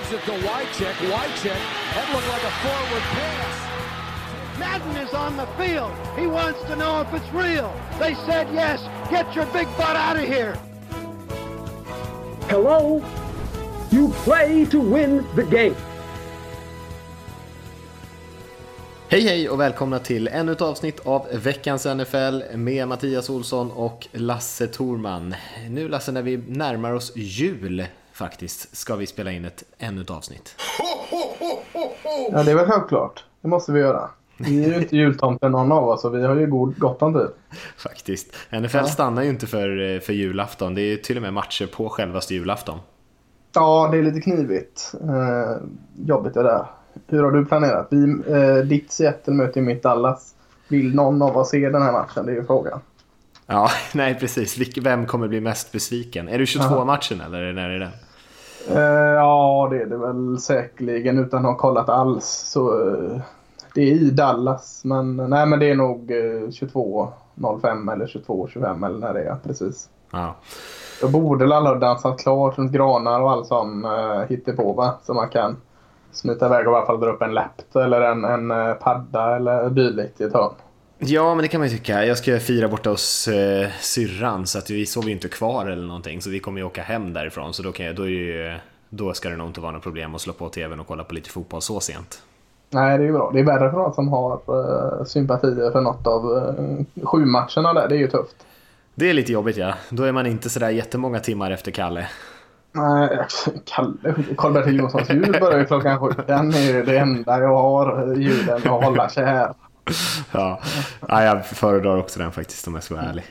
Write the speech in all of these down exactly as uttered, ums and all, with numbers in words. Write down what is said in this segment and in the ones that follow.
Gives it to Wycheck. Wycheck. That looked like a forward pass. Madden is on the field. He wants to know if it's real. They said yes. Get your big butt out of here. Hello? You play to win the game. Hej hej och välkomna till ännu ett avsnitt av veckans N F L med Mattias Olsson och Lasse Thorman. Nu Lasse, när vi närmar oss jul faktiskt, ska vi spela in ett ännu ett avsnitt. Ja, det är väl självklart. Det måste vi göra. Vi är ju inte jultomten någon av oss, och vi har ju god, gott om tid. Faktiskt. N F L ja. stannar ju inte för, för julafton. Det är till och med matcher på självaste julafton. Ja, det är lite knivigt. Eh, jobbigt är det. Hur har du planerat? Vi, eh, ditt Seattle möter mitt Dallas. Vill någon av oss se den här matchen? Det är ju frågan. Ja, nej precis. Vem kommer bli mest besviken? Är det tjugotvå-matchen eller när är det den? Eh, ja, det är det väl säkerligen utan att ha kollat alls. Så eh, det är i Dallas. Men, nej, men det är nog eh, tjugotvå noll fem eller tjugotvå tjugofem eller när det är, precis. Ja. Då borde alla ha dansat klart runt granar och allt som eh, hittar på, va? Så man kan smita iväg och i alla fall dra upp en läpp eller en, en padda eller dylikt i ett hörn. Ja, men det kan man ju tycka. Jag ska fira borta hos eh, syrran, så att vi sover ju inte kvar eller någonting, så vi kommer ju åka hem därifrån, så då, kan jag, då, är ju, då ska det nog inte vara något problem att slå på tvn och kolla på lite fotboll så sent. Nej, det är ju bra. Det är värre för någon som har eh, sympatier för något av eh, sju matcherna där. Det är ju tufft. Det är lite jobbigt, ja. Då är man inte sådär jättemånga timmar efter Kalle. Nej, Kalle, Karl-Bertil Jonssons jul börjar ju klockan sju. Den är ju det enda jag har, julen, att hålla sig här. Ja, ja, jag föredrar också den faktiskt, om jag ska vara ärlig.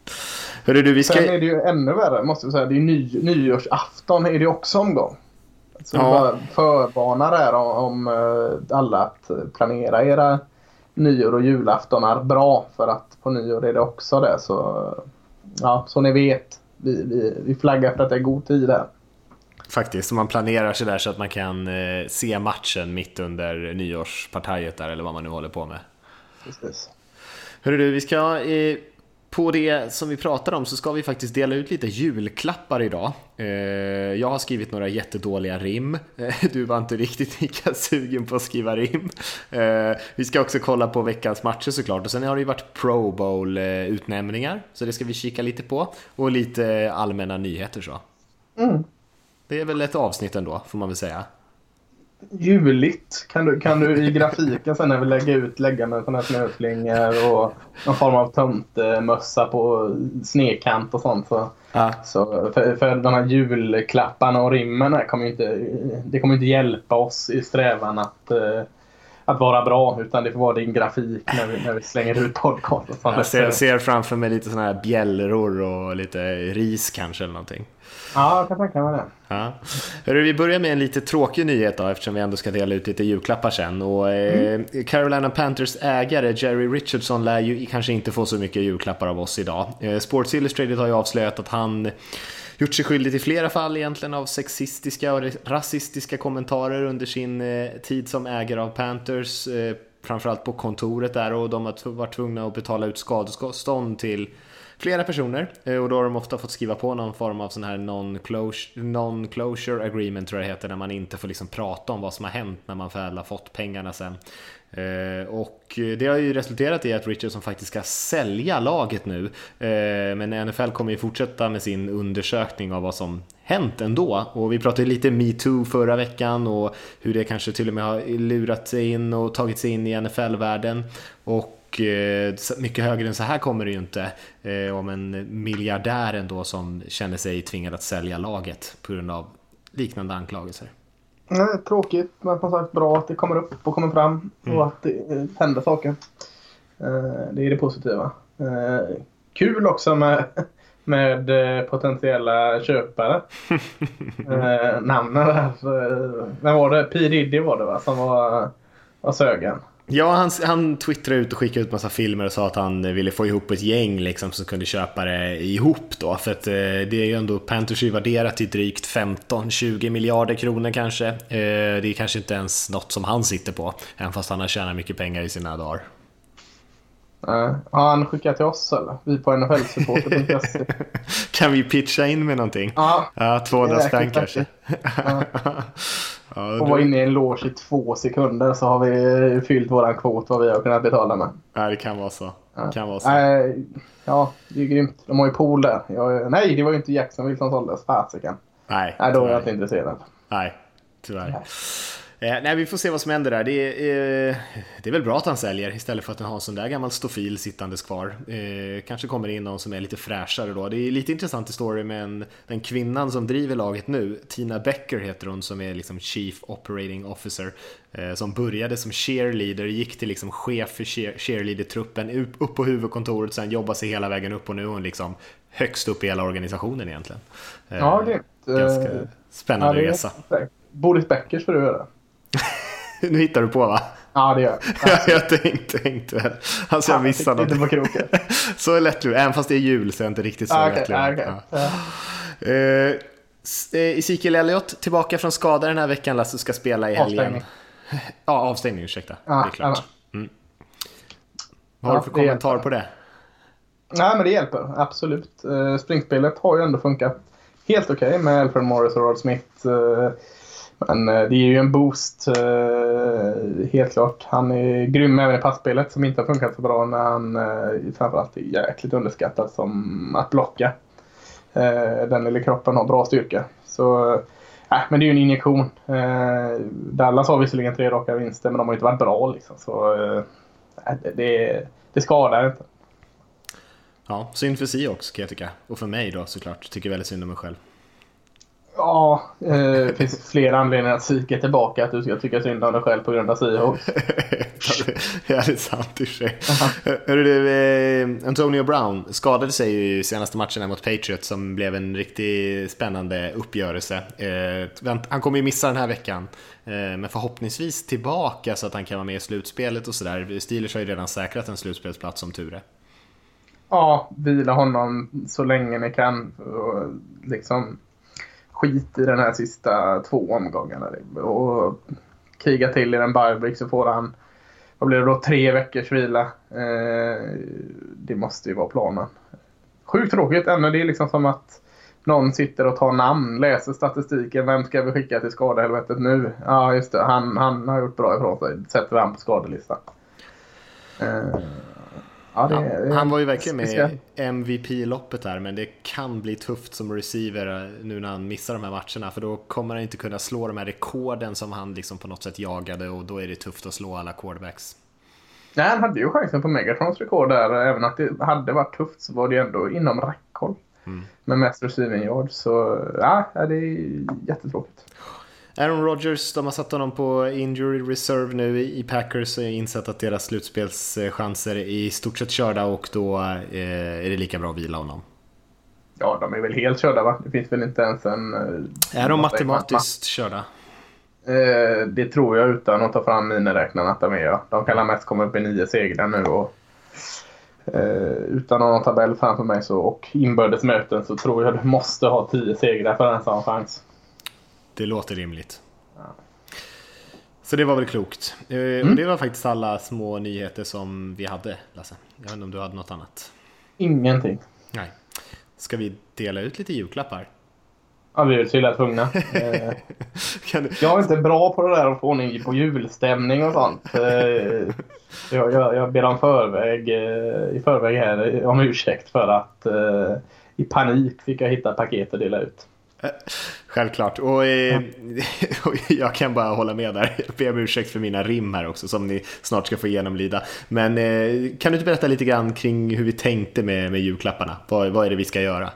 Hörru du, vi ska... Sen är det ju ännu värre, måste jag säga. Det är ny, nyårsafton är det också omgång. Så ja. Bara förvarnar där om, om alla att planera era nyår och julaftonar bra, för att på nyår är det också det. Så, ja, så ni vet, vi, vi, vi flaggar för att det är god tid där. Faktiskt, så man planerar sig där så att man kan eh, se matchen mitt under nyårspartiet där, eller vad man nu håller på med. Precis. Hörru du, vi ska eh, på det som vi pratar om så ska vi faktiskt dela ut lite julklappar idag. eh, Jag har skrivit några jättedåliga rim. eh, Du var inte riktigt lika sugen på att skriva rim. eh, Vi ska också kolla på veckans matcher såklart. Och sen har det ju varit Pro Bowl eh, utnämningar, så det ska vi kika lite på. Och lite allmänna nyheter så. Mm. Det är väl ett avsnitt ändå, får man väl säga. Juligt. Kan du, kan du i grafiken sen när vi lägger ut lägga med sådana här snöflingor och någon form av tomtemössa på snedkant och sånt. Så, ja. så för, för de här julklapparna och rimmen här kommer inte, det kommer inte hjälpa oss i strävan att, att vara bra, utan det får vara din grafik när vi, när vi slänger ut podcast och sånt. Jag ser, ser framför mig lite sådana här bjällror och lite ris kanske eller någonting. Ja, jag kan tänka mig det. Ja. Hörru, vi börjar med en lite tråkig nyhet då, eftersom vi ändå ska dela ut lite julklappar sen. Och, mm. eh, Carolina Panthers ägare Jerry Richardson lär ju kanske inte få så mycket julklappar av oss idag. eh, Sports Illustrated har ju avslöjat att han gjort sig skyldig till flera fall egentligen av sexistiska och rasistiska kommentarer under sin eh, tid som ägare av Panthers, eh, framförallt på kontoret där, och de har varit tvungna att betala ut skadestånd till flera personer, och då har de ofta fått skriva på någon form av sån här non-closure, non-closure agreement, tror jag det heter, när man inte får liksom prata om vad som har hänt när man väl har fått pengarna sen. Eh, och det har ju resulterat i att Richardson faktiskt ska sälja laget nu, eh, men N F L kommer ju fortsätta med sin undersökning av vad som hänt ändå. Och vi pratade lite Me Too förra veckan och hur det kanske till och med har lurat sig in och tagit sig in i N F L-världen. Och mycket högre än så här kommer det ju inte, eh, om en miljardär ändå som känner sig tvingad att sälja laget på grund av liknande anklagelser. Nej, tråkigt, men som sagt bra att det kommer upp och kommer fram, mm. och att det eh, händer saker. Eh, det är det positiva. Eh, kul också med, med eh, potentiella köpare. eh, namnen där. Vem var det? P. Diddy var det, va? Som var, var sögen. Ja, han, han twittrade ut och skickade ut massa filmer och sa att han ville få ihop ett gäng liksom, som kunde köpa det ihop då. För att eh, det är ju ändå, Panthers är värderat till drygt femton till tjugo miljarder kronor kanske. Eh, det är kanske inte ens något som han sitter på, även fast han har tjänat mycket pengar i sina dagar. Uh, har han skickat till oss eller? Vi på N F L supporter punkt se. Kan vi pitcha in med någonting? Ja, ja tvåhundra spänn kanske. Ja. Ja, och var inne i en loge i två sekunder så har vi fyllt våran kvot vad vi har kunnat betala med. Nej, det kan vara så. Det kan vara så. Äh, ja, det är grymt. De har ju pool där. Jag, nej, det var ju inte Jacksonville som såldes. Fasiken. Nej, nej, då är jag inte intresserad. Nej, tyvärr. Nej. Eh, nej, vi får se vad som händer där. Det är, eh, det är väl bra att han säljer istället för att han har en sån där gammal stofil sittandes kvar. Eh, kanske kommer in någon som är lite fräschare då. Det är lite intressant story med en, den kvinnan som driver laget nu. Tina Becker heter hon, som är liksom Chief Operating Officer. Eh, som började som cheerleader, gick till liksom chef för cheer, cheerleader-truppen, upp, upp på huvudkontoret, sen jobbar sig hela vägen upp och nu är hon liksom högst upp i hela organisationen egentligen. Eh, ja, det är ganska uh, spännande ja, resa. Boris Beckers för du göra. Nu hittar du på, va? Ja, det gör jag. Jag tänkte, tänkte väl. Alltså jag missade något. Inte på kroken. Så är lätt, även fast det är jul så är jag inte riktigt så ah, lätt. okay, okay. Ja. Uh, Ezekiel Elliott tillbaka från skada den här veckan. Lasse ska spela i helgen. Avstängning. Ja, avstängning, ursäkta. Ah, det är klart. Mm. Vad har ja, du för kommentar hjälper. På det? Nej, men det hjälper. Absolut. Uh, springspelet har ju ändå funkat helt okej okay med Alfred Morris och Rod Smith. Uh, Men det är ju en boost, helt klart. Han är grym även i passspelet som inte har funkat så bra när han framförallt är jäkligt underskattad som att blocka. Den lilla kroppen har bra styrka. Så, äh, men det är ju en injektion. Dallas har visserligen tre raka vinster, men de har ju inte varit bra. Liksom. Så äh, det, det skadar inte. Ja, synd för sig också kan jag tycka. Och för mig då såklart. Tycker väldigt synd om mig själv. Ja, det eh, finns flera anledningar att psyka tillbaka att du ska tycka synd om dig själv på grund av Seahawks. Ja, det är sant i sig. Hörru du, eh, Antonio Brown skadade sig ju i senaste matchen mot Patriots som blev en riktigt spännande uppgörelse. Eh, han kommer ju missa den här veckan, eh, men förhoppningsvis tillbaka så att han kan vara med i slutspelet och sådär. Steelers har ju redan säkrat en slutspelsplats som tur är. Ja, vila honom så länge ni kan och liksom skit i den här sista två omgångarna och kriga till i den bye så får han, vad blir det då, tre veckors vila. Eh, det måste ju vara planen. Sjukt tråkigt, ändå det är liksom som att någon sitter och tar namn, läser statistiken, vem ska vi skicka till skadehelvetet nu? Ja just det, han, han har gjort bra ifrån sig, sätter vi han på skadelistan. Eh, Ja, det, ja, han var ju verkligen med i M V P-loppet här, men det kan bli tufft som receiver nu när han missar de här matcherna, för då kommer han inte kunna slå de här rekorden som han liksom på något sätt jagade, och då är det tufft att slå alla quarterbacks. Nej, han hade ju chansen på Megatrons rekord där, även att det hade varit tufft så var det ändå inom räckhåll mm. med mest receiving yards, så ja, det är jättetråkigt. Aaron Rodgers, de har satt honom på injury reserve nu i Packers och insett att deras slutspelschanser är i stort sett körda, och då eh, är det lika bra att vila honom. Ja, de är väl helt körda, va? Det finns väl inte ens en... Är de matematiskt körda? Eh, det tror jag utan att ta fram miniräknarna att de är. Ja. De kan mest komma upp i nio segrar nu och eh, utan någon tabell framför mig så, och inbördes möten så tror jag du måste ha tio segrar för en sån chans. Det låter rimligt. Ja. Så det var väl klokt. Mm. Och det var faktiskt alla små nyheter som vi hade, Lasse. Jag vet inte om du hade något annat. Ingenting. Nej. Ska vi dela ut lite julklappar? Ja, vi är väl så tvungna. du... Jag är inte bra på det där att få ordning på julstämning och sånt. jag, jag, jag ber om förväg, i förväg här om ursäkt för att i panik fick jag hitta paket och dela ut. Självklart, och, eh, och jag kan bara hålla med där. Jag ber om ursäkt för mina rim här också som ni snart ska få genomlida. Men eh, kan du inte berätta lite grann kring hur vi tänkte med, med julklapparna? Vad, vad är det vi ska göra?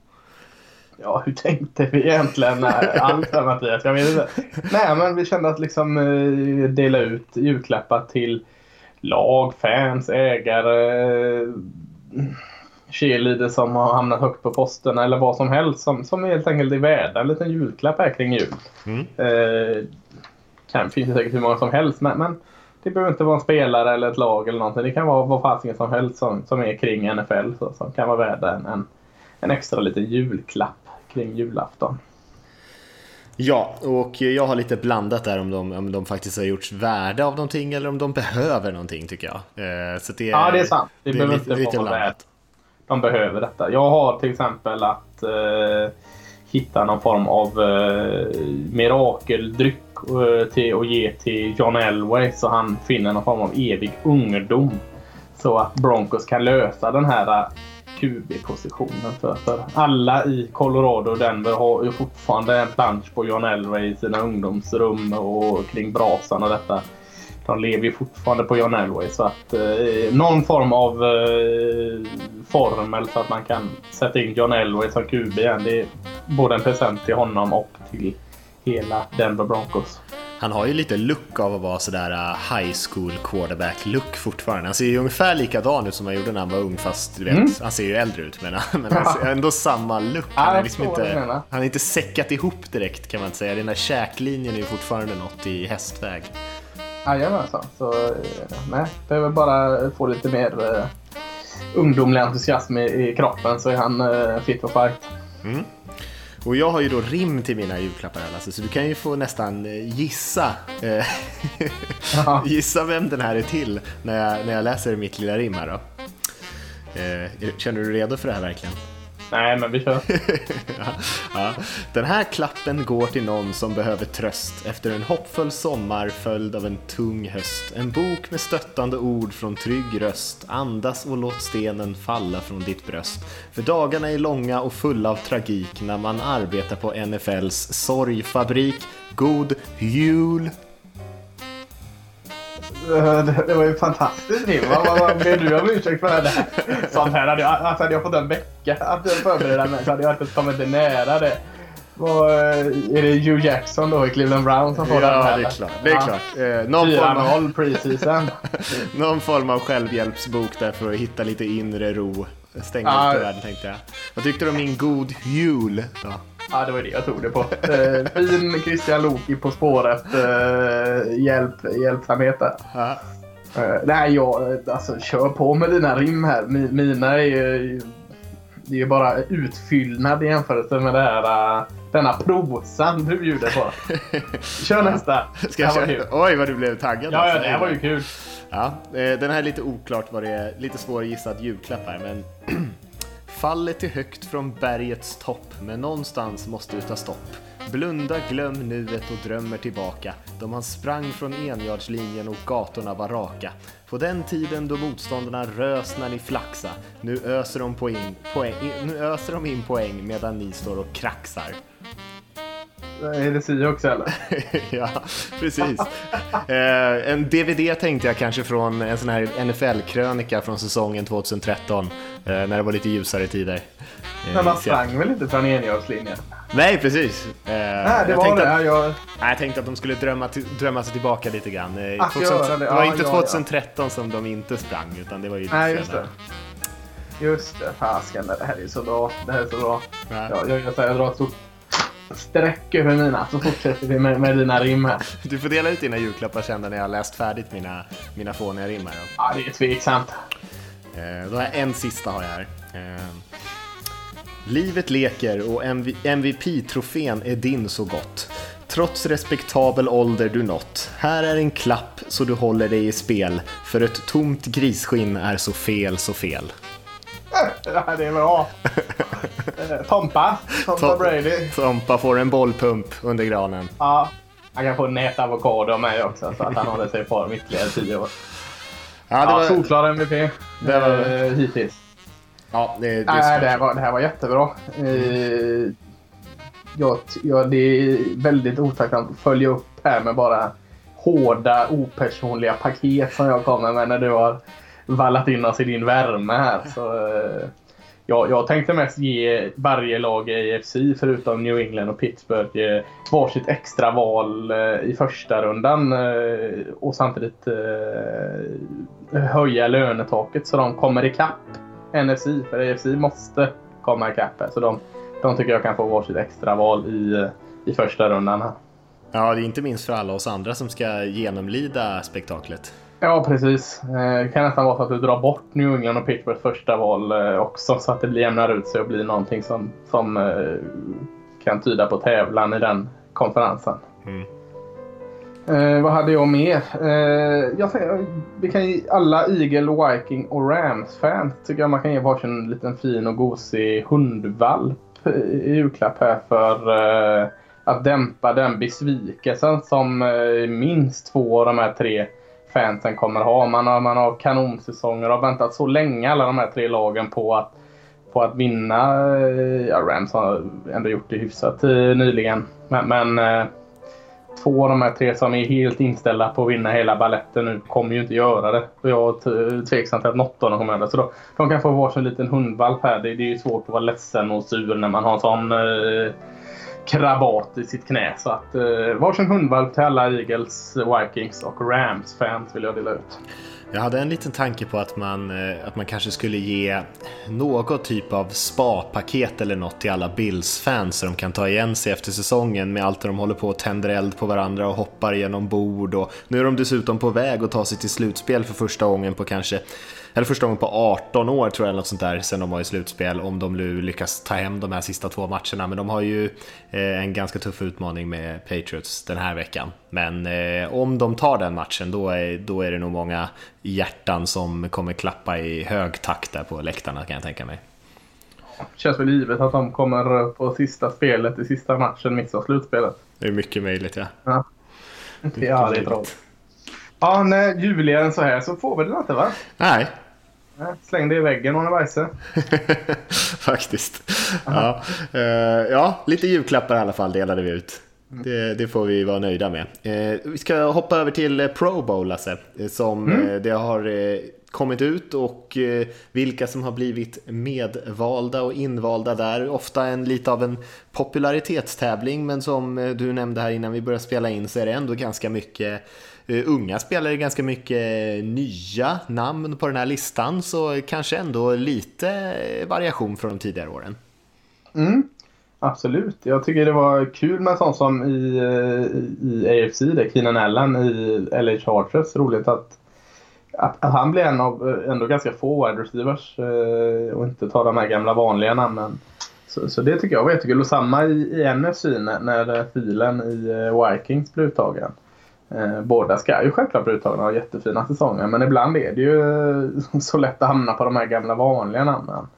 Ja, hur tänkte vi egentligen? Allt här, Mattias, jag vet inte. Nej, men vi kände att liksom eh, dela ut julklappar till lag, fans, ägare, cheerleader som har hamnat högt på posten eller vad som helst som, som helt enkelt är värda en liten julklapp här kring jul. Mm. Eh, kan finnas säkert hur många som helst, men, men det behöver inte vara en spelare eller ett lag eller någonting. Det kan vara vad fasingen som helst som, som är kring N F L så, som kan vara värda en, en, en extra liten julklapp kring julafton. Ja, och jag har lite blandat där om de, om de faktiskt har gjorts värda av någonting eller om de behöver någonting, tycker jag. Eh, så det är, ja, det är sant. Det, det behöver lite, inte lite vara blandat. De behöver detta. Jag har till exempel att eh, hitta någon form av eh, mirakeldryck till att ge till John Elway så han finner någon form av evig ungdom. Så att Broncos kan lösa den här Q B-positionen. För, för alla i Colorado och Denver har ju fortfarande en plansch på John Elway i sina ungdomsrum och kring brasan och detta. De lever ju fortfarande på John Elway. Så att eh, någon form av eh, formel så att man kan sätta in John Elway som Q B igen. Det är både en present till honom och till hela Denver Broncos. Han har ju lite look av att vara sådär high school quarterback look fortfarande. Han ser ju ungefär likadan ut som han gjorde när han var ung, fast du vet, mm. han ser ju äldre ut, men, men han ser ändå samma look. Han är liksom inte, han är inte säckat ihop direkt, kan man säga. Den där käklinjen är ju fortfarande något i hästväg. Jajamensan, så nej, behöver bara få lite mer uh, ungdomlig entusiasm i, i kroppen så är han uh, fit for fight. Mm. Och jag har ju då rim till mina julklappar här, alltså, så du kan ju få nästan gissa gissa vem den här är till när jag, när jag läser mitt lilla rim här då. Eh, känner du redo för det här verkligen? Nej, men vi kör. ja, ja. Den här klappen går till någon som behöver tröst efter en hoppfull sommar följd av en tung höst. En bok med stöttande ord från trygg röst. Andas och låt stenen falla från ditt bröst. För dagarna är långa och fulla av tragik när man arbetar på N F L:s sorgfabrik. God jul! Det, det var ju fantastiskt rim. Vad, vad ber du om ursäkt för det här? Sånt här hade jag, alltså hade jag fått en vecka att förbereda mig så hade jag inte kommit till nära det. Vad, är det Hugh Jackson då i Cleveland Browns som får ja, den här? Ja, det är klart. Det är ja. klart. Eh, någon, form av, preseason. någon form av självhjälpsbok där för att hitta lite inre ro. Stänga ja. ut världen, tänkte jag. Vad tyckte du om min god jul? Ja. Ja, det var det jag tog det på. Eh, fin Christian Loki på spåret. Eh, hjälp, hjälpsamhet där. Ja. Eh, nej, jag alltså, kör på med dina rim här. Mina är ju det är ju bara utfyllnad i jämförelse med det här, denna prosan du bjuder på. Kör nästa. Ska jag köra? Oj, vad du blev taggad. Ja, ja, det här var ju kul. Ja, den här är lite oklart vad det är. Lite svårgissad julklapp här, men fallet är högt från bergets topp, men någonstans måste du ta stopp. Blunda, glöm nuet och drömmer tillbaka. Då man sprang från enjardslinjen och gatorna var raka. På den tiden då motståndarna rös när ni flaxa. Nu öser de, poäng, poäng, nu öser de in poäng medan ni står och kraxar. Är det si också eller? Ja, precis. eh, en D V D tänkte jag kanske från en sån här N F L-krönika från säsongen tjugohundratretton. Eh, när det var lite ljusare tider. Eh, Men man sprang jag... väl inte från enjardslinjen? Nej, precis. Eh, Nej, det jag var det. Att, jag... nej, jag tänkte att de skulle drömma, till, drömma sig tillbaka lite grann. Eh, Ach, tjugohundra, det. Ja, det var inte ja, tjugotretton ja. som de inte sprang, utan det var ju... Nej, just det. Just det, fasken. Det här är så bra. Det här är så bra. Ja. Ja, jag, jag, jag drar ett stort sträck över mina, så fortsätter vi med, med dina rim här. Du får dela ut dina julklappar sen när jag har läst färdigt mina, mina fåniga rim här. Ja, det är tveksamt. Eh, då har jag en sista har jag här. Eh, livet leker och M V P-trofén är din så gott. Trots respektabel ålder du nått. Här är en klapp så du håller dig i spel. För ett tomt grisskinn är så fel så fel. Ja, det är bra. Tompa, Tompa Tom, Brady. Tompa får en bollpump under granen. Ja, han kan få en nät avokado av mig också så att han håller sig på ytterligare tio år. Ja, det var ja, solklar M V P. Det var eh, hittills. Ja, det, det, Nej, det, här var, det här var jättebra. Eh, jag, jag, det är väldigt otacksamt att följa upp här med bara hårda, opersonliga paket som jag kommer med när du har vallat in oss i din värme här. Så, eh, jag, jag tänkte mest ge varje lag i A F C förutom New England och Pittsburgh eh, varsitt extra val eh, i första rundan eh, och samtidigt eh, höja lönetaket så de kommer i kapp N F C, för A F C måste komma i kapp här, så de, de tycker jag kan få varsitt extra val i, i första rundan här. Ja, det är inte minst för alla oss andra som ska genomlida spektaklet. Ja, precis. Det kan nästan vara så att du drar bort New England och Pittsburghs första val också så att det blir jämnar ut sig och blir någonting som, som kan tyda på tävlan i den konferensen. Mm. Eh, vad hade jag mer? Eh, jag säger, vi kan ge alla Eagle, Viking och Rams-fans tycker jag man kan ge varsin en liten fin och gosig hundvalp i julklapp här för eh, att dämpa den besvikelsen som eh, minst två av de här tre fansen kommer ha. Man har, man har kanonsäsonger och har väntat så länge alla de här tre lagen på att, på att vinna. Ja, Rams har ändå gjort det hyfsat eh, nyligen. Men, men eh, två av de här tre som är helt inställda på att vinna hela balletten nu kommer ju inte göra det. Och jag är tveksam till att något av dem kommer göra det. Så då, de kan få varsin liten hundvalp här. Det, det är ju svårt att vara ledsen och sur när man har en sån eh, krabat i sitt knä. Så att eh, varsin hundvalp till alla Eagles, Vikings och Rams-fans vill jag dela ut. Jag hade en liten tanke på att man, att man kanske skulle ge något typ av spa-paket eller något till alla Bills-fans så de kan ta igen sig efter säsongen med allt de håller på och tänder eld på varandra och hoppar genom bord. Och nu är de dessutom på väg att ta sig till slutspel för första gången på kanske, eller första gången på arton år tror jag, eller något sånt där, sen de var i slutspel, om de nu lyckas ta hem de här sista två matcherna. Men de har ju eh, en ganska tuff utmaning med Patriots den här veckan. Men eh, om de tar den matchen, då är, då är det nog många hjärtan som kommer klappa i hög takt där på läktarna, kan jag tänka mig. Känns väl givet att de kommer på sista spelet i sista matchen missa slutspelet. Det är mycket möjligt, ja. Ja, ja det är bra. Ja, när juligare än så här så får vi det inte, va? Nej. Släng det i väggen, hon är vajse. Faktiskt. Ja. Uh, ja, lite julklappar i alla fall delade vi ut. Det, det får vi vara nöjda med. Uh, vi ska hoppa över till Pro Bowl, alltså, som mm. uh, det har uh, kommit ut och uh, vilka som har blivit medvalda och invalda där. Ofta en lite av en popularitetstävling, men som uh, du nämnde här innan vi började spela in så är det ändå ganska mycket Uh, unga spelare, ganska mycket nya namn på den här listan, så kanske ändå lite variation från de tidigare åren. Mm, absolut. Jag tycker det var kul med sånt som i, i A F C, där Keenan Allen i L A Chargers. Roligt att, att, att han blir en av ändå ganska få wide receivers uh, och inte tar de här gamla vanliga namnen. Så, så det tycker jag var jättekul. Och samma i, i N F C när, när filen i uh, Vikings blev uttagen. Eh, båda ska ju självklart bli uttagna och ha jättefina säsonger, men ibland är det ju så lätt att hamna på de här gamla vanliga namnen.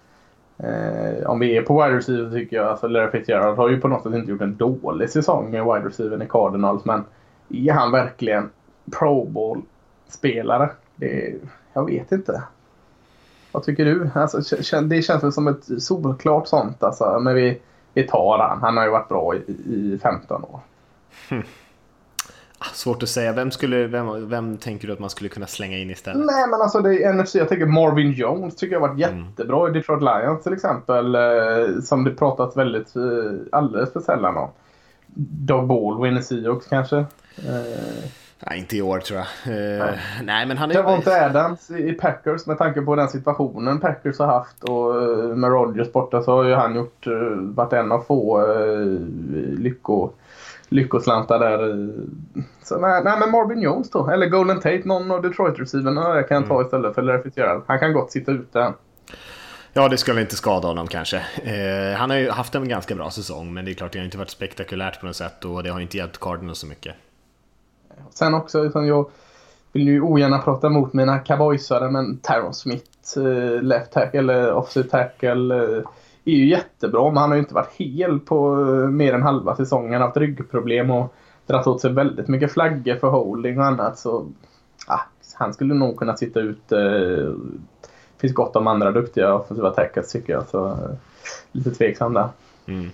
Eh, om vi är på wide receiver tycker jag, alltså Larry Fitzgerald har ju på något sätt inte gjort en dålig säsong med wide receiver i Cardinals, men är han verkligen Pro Bowl-spelare? Det, jag vet inte. Vad tycker du? Alltså, det känns väl som ett solklart sånt, alltså, men vi, vi tar han. Han har ju varit bra i, i femton år. Hmm. Svårt att säga. Vem, skulle, vem, vem tänker du att man skulle kunna slänga in istället? Nej, men alltså det är N F C. Jag tänker Marvin Jones tycker jag har varit mm. jättebra i Detroit Lions till exempel. Eh, som det pratats väldigt eh, alldeles för sällan om. Doug Baldwin i Seahawks kanske. Eh, nej, inte i år tror jag. Eh, nej. nej, men han är... Javonte Adams i Packers, med tanke på den situationen Packers har haft, och med Rodgers borta så har ju han gjort eh, varit en av få eh, lyckor. lyckoslantar där. Så nej, nej, men Marvin Jones då. Eller Golden Tate, någon av Detroit-receiverna jag kan ta mm. istället för Larry Fitzgerald. Han kan gott sitta ute. Ja, det skulle inte skada honom kanske. Eh, han har ju haft en ganska bra säsong, men det är klart det har inte varit spektakulärt på något sätt och det har inte hjälpt Cardinals så mycket. Sen också, utan jag vill ju ogärna prata emot mina cowboysare, men Tyron Smith, eh, left tackle eller offside tackle, eh, är ju jättebra, men han har ju inte varit hel på mer än halva säsongen, haft ryggproblem och dragit åt sig väldigt mycket flaggor för holding och annat, så ah, han skulle nog kunna sitta ut. Det finns gott om andra duktiga offensiva tackles tycker jag, så lite tveksam där. Mm.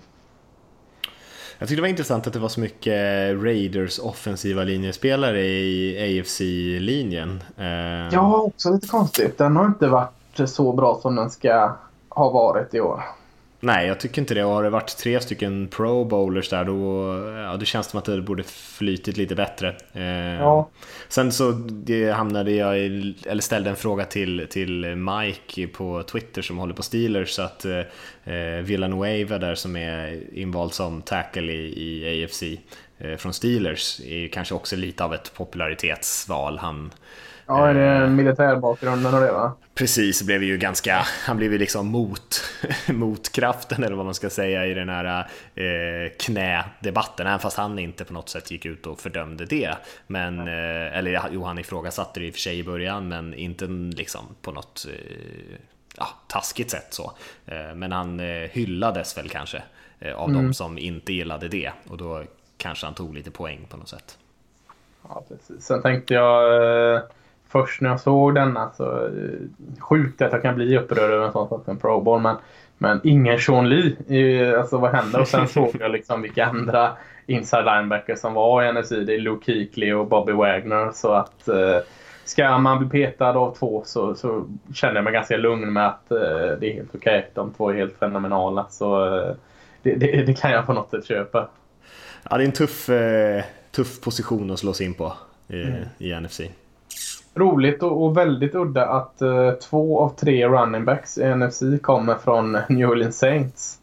Jag tyckte det var intressant att det var så mycket Raiders offensiva linjespelare i A F C-linjen. Ja, också lite konstigt. Den har inte varit så bra som den ska ha varit i år. Nej, jag tycker inte det. Har det varit tre stycken pro bowlers där, då ja, det känns som att det borde flytit lite bättre. Eh, ja. Sen så det hamnade jag i, eller ställde en fråga till, till Mike på Twitter som håller på Steelers, så att eh, Villanueva där som är invald som tackle i, i A F C eh, från Steelers är kanske också lite av ett popularitetsval. Han Ja, är det en militärbakgrunden och det, va? Precis, blev ju ganska, han blev ju liksom mot, mot kraften eller vad man ska säga i den här eh, knädebatten, även fast han inte på något sätt gick ut och fördömde det. Men, eh, eller jo, han ifrågasatte det i och för sig i början, men inte liksom på något eh, ja, taskigt sätt så. Men han hyllades väl kanske av mm. de som inte gillade det, och då kanske han tog lite poäng på något sätt. Ja, precis. Sen tänkte jag eh, först när jag såg denna så eh, sjukt att jag kan bli upprörd över en sån sak som Pro Bowl, men, men ingen Sean Lee, eh, alltså vad hände? Och sen såg jag liksom vilka andra inside linebackers som var i N F C. Det är Luke Kuechly och Bobby Wagner, så att eh, ska man bli petad av två så, så känner jag mig ganska lugn med att eh, det är helt okej. De två är helt fenomenala, så eh, det, det, det kan jag på något sätt köpa. Ja, det är en tuff, eh, tuff position att slå sig in på i, mm. i N F C. Roligt och, och väldigt udda att eh, två av tre running backs i N F C kommer från New Orleans Saints.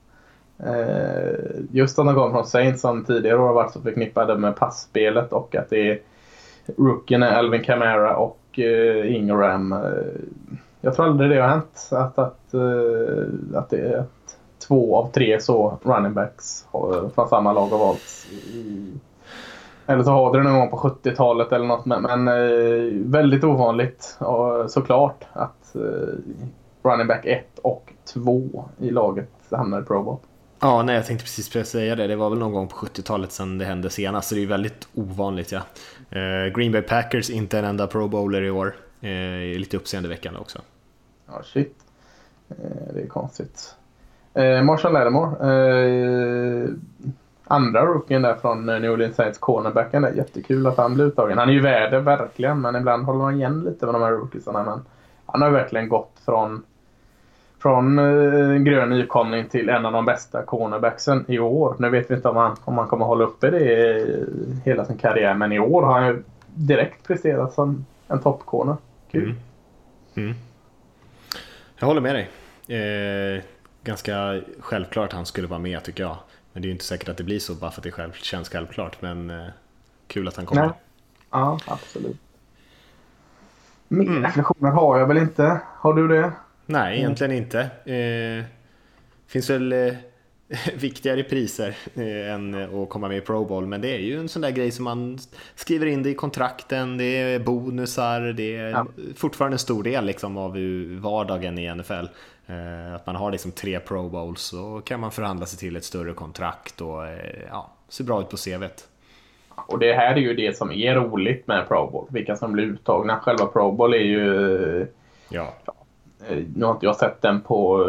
Eh, just att de kommer från Saints som tidigare har varit så förknippade med passspelet, och att det är rookien är Alvin Kamara och eh, Ingram. Eh, jag tror aldrig det har hänt att, att, eh, att det är att två av tre så running backs från samma lag har valts i, eller så har det någon gång på sjuttiotalet eller något, men, men eh, väldigt ovanligt, och såklart att eh, running back ett och två i laget hamnar i Pro Bowl. Ja, nej, jag tänkte precis säga det. Det var väl någon gång på sjuttiotalet sedan det hände senast, så det är väldigt ovanligt, ja. Eh, Green Bay Packers, inte en enda Pro Bowler i år. Eh, lite uppseendeväckande också. Ja, shit. Eh, det är konstigt. Eh, Marshall Lattimore, eh, andra rookien där från New Orleans Saints, cornerbacken, är jättekul att han blir uttagen. Han är ju värd det, verkligen, men ibland håller man igen lite med de här rookiesarna. Men han har verkligen gått från från eh, grön nykomling till en av de bästa cornerbacksen i år. Nu vet vi inte om han, om han kommer hålla uppe det i hela sin karriär, men i år har han ju direkt presterat som en toppcorner. Kul. Mm. Mm. Jag håller med dig. Eh, ganska självklart att han skulle vara med, tycker jag. Men det är ju inte säkert att det blir så bara för att det själv, känns självklart. Men eh, kul att han kommer. Nej. Ja, absolut. Mer mm. reflektioner har jag väl inte. Har du det? Nej, egentligen inte. Eh, finns väl eh, viktigare priser eh, än att komma med i Pro Bowl. Men det är ju en sån där grej som man skriver in det i kontrakten. Det är bonusar. Det är ja. fortfarande en stor del liksom, av vardagen i N F L. Eh, att man har liksom tre Pro Bowls, så kan man förhandla sig till ett större kontrakt och eh, ja, ser bra ut på C V:t. Och det här är ju det som är roligt med Pro Bowl. Vilka som blir uttagna. Själva Pro Bowl är ju... Ja. Nu har inte jag sett den på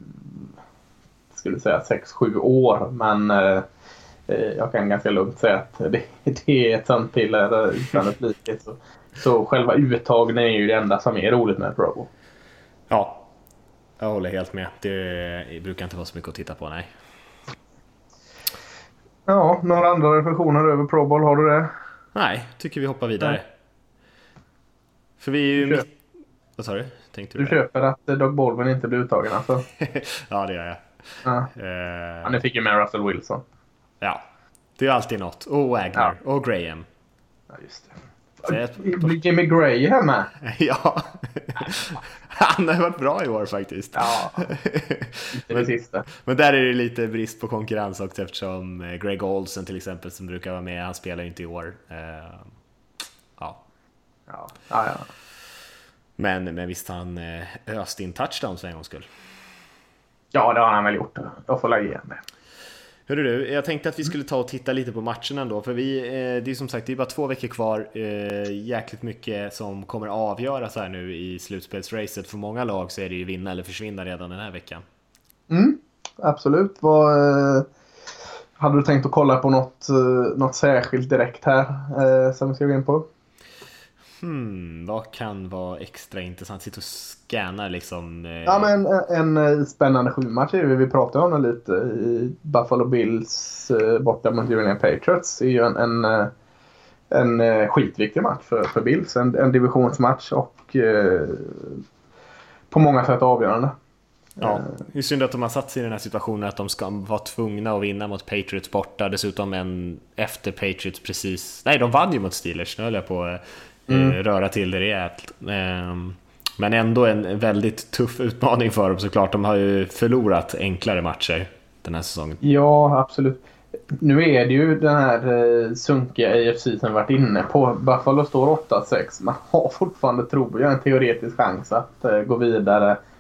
skulle säga sex sju år, men eh, jag kan ganska lugnt säga att det, det är ett sånt piller utan ett liket. Så, så själva uttagningen är ju det enda som är roligt med Pro Bowl. Ja, jag håller helt med. Det brukar inte vara så mycket att titta på, nej. Ja, några andra reflektioner över Pro Bowl, har du det? Nej, tycker vi hoppar vidare. Nej. För vi är ju mitt... Vad sa du? Tänkte du du köper att Doug Baldwin inte blir uttagen, alltså? Ja, det gör jag. Ja. Uh... Han fick ju med Russell Wilson. Ja, det är alltid något. Och Wagner, ja. Och Graham. Ja, just det. Blir Jimmy Graham med? Ja. Han har varit bra i år faktiskt. Ja, inte det sista. Men där är det lite brist på konkurrens också, eftersom Greg Olsen till exempel, som brukar vara med, han spelar inte i år. Uh... Ja. Ja, ja, ja. Men, men visst, han öst in touchdowns för en gångs skull. Ja, det har han väl gjort. Jag får lägga igen det. Hörru du, jag tänkte att vi skulle ta och titta lite på matchen ändå. För vi, det är som sagt, det är bara två veckor kvar. Jäkligt mycket som kommer avgöras här nu i slutspelsracet. För många lag så är det ju vinna eller försvinna redan den här veckan. Mm, absolut. Vad, hade du tänkt att kolla på något, något särskilt direkt här som vi ska gå in på? Hmm, vad kan vara extra intressant? Sitta och scanna liksom. Eh... Ja, men en, en spännande skilmatch är vi, vi pratade om det lite i Buffalo Bills eh, borta mot New England Patriots. Det är ju en, en, en, en skitviktig match för, för Bills. En, en divisionsmatch och eh, på många sätt avgörande. Ja, det är synd att de har satt sig i den här situationen att de ska vara tvungna att vinna mot Patriots borta. Dessutom en efter Patriots precis... Nej, de vann ju mot Steelers. Nu höll jag på Mm. röra till det rejält. Men ändå en väldigt tuff utmaning för dem såklart. De har ju förlorat enklare matcher den här säsongen. Ja, absolut. Nu är det ju den här sunkiga A F C som varit inne på. Buffalo står åtta sex. Man har fortfarande, tror jag, en teoretisk chans att gå vidare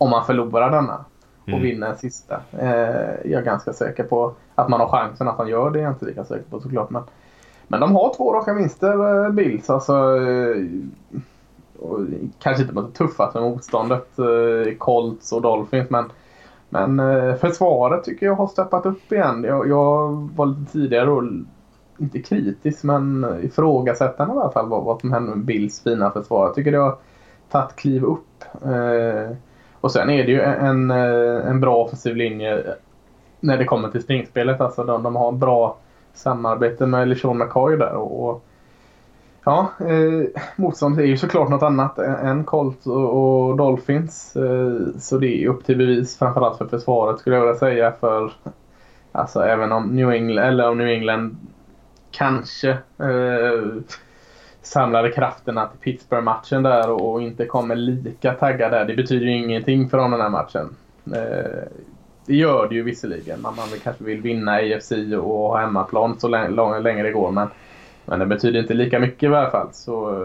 om man förlorar denna och Mm. vinner en sista. Eh, jag är ganska säker på att man har chansen att han gör det. Jag är inte lika säker på såklart. Men, men de har två raka vinster, eh, Bills. Alltså, eh, och kanske inte mot det tuffaste motståndet, eh, Colts och Dolphins. Men, men eh, försvaret tycker jag har steppat upp igen. Jag, jag var lite tidigare och inte kritisk, men ifrågasättande i alla fall vad, vad som händer med Bills fina försvar. Jag tycker det har tagit kliv upp. Eh, och sen är det ju en, en bra offensiv linje när det kommer till springspelet. Alltså de, de har bra samarbete med LeSean McCoy där. Och, och ja, eh, motståndet är ju såklart något annat än Colts och, och Dolphins. Eh, så det är upp till bevis, framförallt för försvaret skulle jag vilja säga. För alltså även om New England, eller om New England kanske eh, samlade krafterna till Pittsburgh-matchen där och, och inte kommer lika taggad där. Det betyder ju ingenting för den här matchen. Eh, det gör det ju visserligen. Man, man kanske vill vinna A F C och ha hemmaplan så länge, lång, länge det går. Men, men det betyder inte lika mycket i alla fall. Så,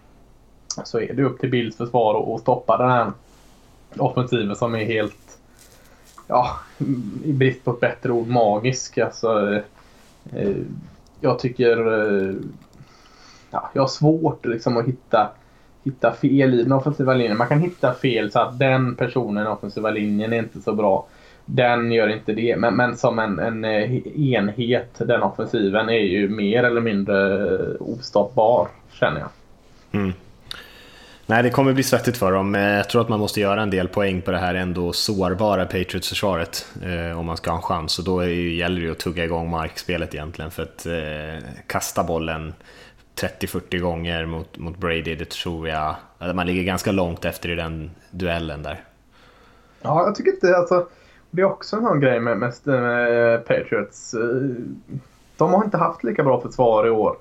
så är det upp till Bills försvar och, och stoppa den här offensiven som är helt, ja, i brist på ett bättre ord, magisk. Alltså, eh, jag tycker eh, ja, jag har svårt liksom att hitta hitta fel i den offensiva linjen. Man kan hitta fel så att den personen i den offensiva linjen är inte så bra. Den gör inte det. Men, men som en, en enhet, den offensiven är ju mer eller mindre ostoppbar, känner jag. Mm. Nej, det kommer bli svettigt för dem. Jag tror att man måste göra en del poäng på det här ändå sårbara Patriots-försvaret eh, om man ska ha en chans. Och då är ju, gäller det ju att tugga igång markspelet egentligen för att eh, kasta bollen trettio fyrtio gånger mot, mot Brady. Det tror jag, man ligger ganska långt efter i den duellen där. Ja, jag tycker inte, alltså, det är också en sån grej med, med, med Patriots. De har inte haft lika bra försvar i år.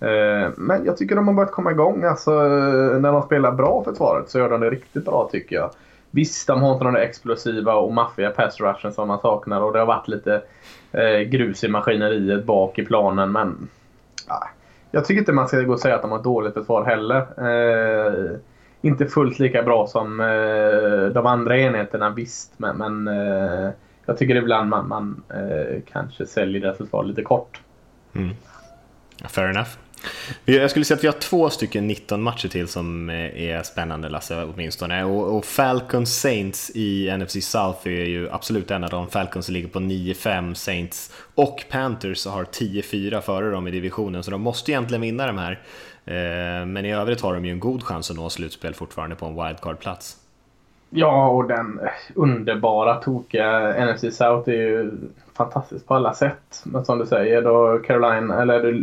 Men jag tycker de har börjat komma igång. Alltså, när de spelar bra försvaret så gör de det riktigt bra, tycker jag. Visst, de har inte de där explosiva och maffiga pass rushen som man saknar. Och det har varit lite eh, grus i maskineriet bak i planen. Men ja, jag tycker inte man ska gå och säga att de har dåligt försvar heller. Eh, inte fullt lika bra som eh, de andra enheterna, visst. Men, men eh, jag tycker ibland man, man eh, kanske säljer deras försvar lite kort. Mm. Fair enough. Jag skulle säga att vi har två stycken nitton matcher till som är spännande, Lasse, åtminstone. Och, och Falcons Saints i N F C South är ju absolut en av dem. Falcons ligger på nio fem, Saints och Panthers har tio fyra före dem i divisionen. Så de måste egentligen vinna de här. Men i övrigt har de ju en god chans att nå slutspel fortfarande på en wildcard-plats. Ja, och den underbara, tokiga N F C South är ju fantastiskt på alla sätt. Men som du säger, då Carolina, eller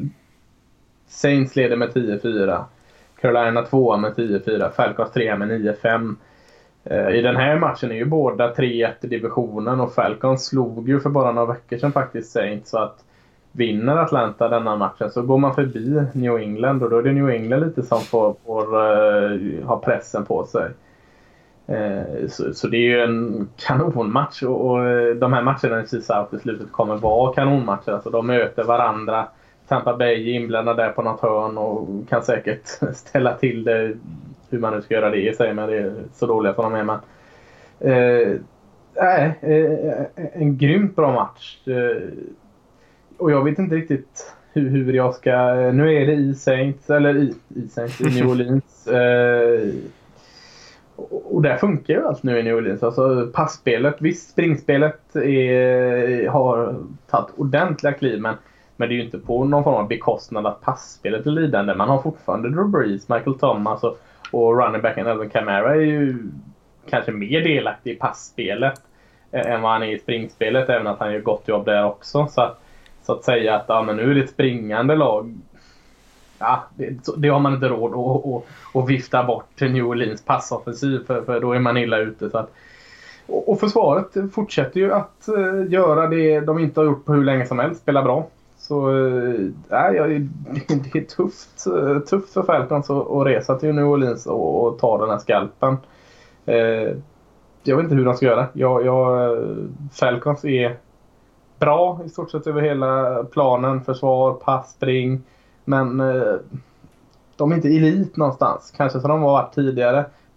Saints leder med tio fyra, Carolina två med tio fyra, Falcons tre med nio fem. I den här matchen är ju båda tre ett i divisionen och Falcons slog ju för bara några veckor sedan faktiskt Saints, så att vinner Atlanta denna matchen så går man förbi New England och då är det New England lite som får, får uh, ha pressen på sig. Uh, så, så det är ju en kanonmatch och, och de här matcherna i South i slutet kommer vara kanonmatcher. Alltså de möter varandra. Tampa Bay är inblandade där på något hörn och kan säkert ställa till det, hur man nu ska göra det i sig, men det är så dåliga för dem är man. Uh, nej, uh, en grymt bra match. Uh, Och jag vet inte riktigt hur, hur jag ska... Nu är det i Saints, eller i, i Saints, i New Orleans. eh, och, och där funkar ju allt nu i New Orleans. Alltså passspelet, visst, springspelet är, har tagit ordentliga kliv, men, men det är ju inte på någon form av bekostnad att passspelet är lidande. Man har fortfarande Drew Brees, Michael Thomas och, och running backen Alvin Kamara är ju kanske mer delaktig i passspelet än vad han är i springspelet, även att han gör gott jobb där också. Så att Så att säga att ja, men nu är det ett springande lag. Ja, det, det har man inte råd att, att, att vifta bort till New Orleans passoffensiv. För, för då är man illa ute. Så att, och, och försvaret fortsätter ju att uh, göra det de inte har gjort på hur länge som helst. Spela bra. Så uh, ja, det är tufft, uh, tufft för Falcons att, att resa till New Orleans och, och ta den här skalpen. Uh, jag vet inte hur de ska göra. Jag, jag, Falcons är bra i stort sett över hela planen, försvar, pass, spring, men eh, de är inte elit någonstans, kanske som de var tidigare.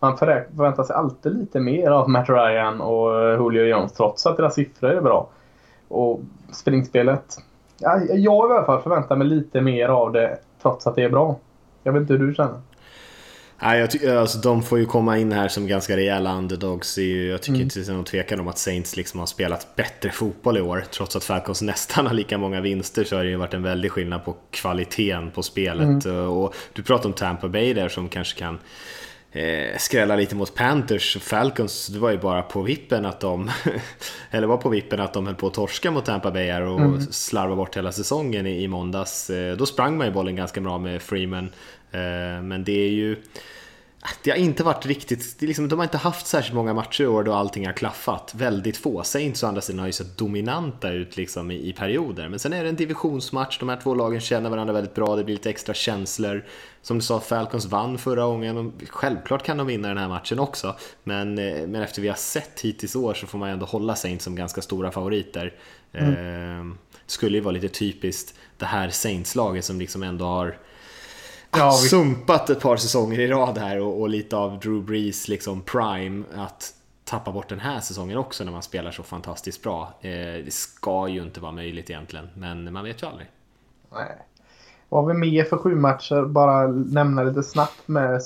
man förväntar sig alltid lite mer av Matt Ryan och Julio Jones trots att deras siffror är bra. Och springspelet, ja, jag i alla fall förväntar mig lite mer av det trots att det är bra. Jag vet inte hur du känner. Nej, jag tycker, alltså, de får ju komma in här som ganska rejäla underdogs. Jag tycker mm. inte det är någon tvekan om att Saints liksom har spelat bättre fotboll i år. Trots att Falcons nästan har lika många vinster så har det ju varit en väldig skillnad på kvaliteten på spelet. Mm. Och du pratar om Tampa Bay där som kanske kan eh, skrälla lite mot Panthers. Falcons, det var ju bara på vippen att de eller var på vippen att de höll på att torska mot Tampa Bay här och mm. slarva bort hela säsongen i, i måndags. Eh, då sprang man ju bollen ganska bra med Freeman. Men det är ju det har inte varit riktigt det är liksom, de har inte haft särskilt många matcher i år då allting har klaffat. Väldigt få. Saints å andra sidan har ju sett dominanta ut liksom i, i perioder. Men sen är det en divisionsmatch. De här två lagen känner varandra väldigt bra. Det blir lite extra känslor. Som du sa, Falcons vann förra gången. Självklart kan de vinna den här matchen också. Men, men efter vi har sett hittills år så får man ändå hålla Saints som ganska stora favoriter. Mm. Eh, det skulle ju vara lite typiskt det här Saints-laget som liksom ändå har Ja, vi... sumpat ett par säsonger i rad här och, och lite av Drew Brees liksom prime att tappa bort den här säsongen också när man spelar så fantastiskt bra. Eh, det ska ju inte vara möjligt egentligen, men man vet ju aldrig. Nej. Vad har vi med för sju matcher? Bara nämna lite snabbt med